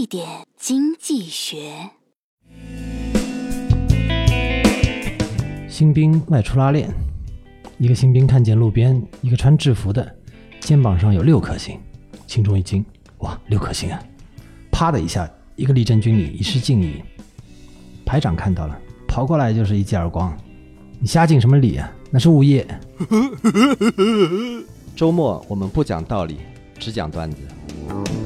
点经济学。 新兵外出拉练，一个新兵看见路边一个穿制服的，肩膀上有6颗星，心中一惊，哇，6颗星啊！啪的一下，一个立正军礼以示敬意。排长看到了，跑过来就是一记耳光，你瞎敬什么礼啊？那是物业。 周末我们不讲道理，只讲段子。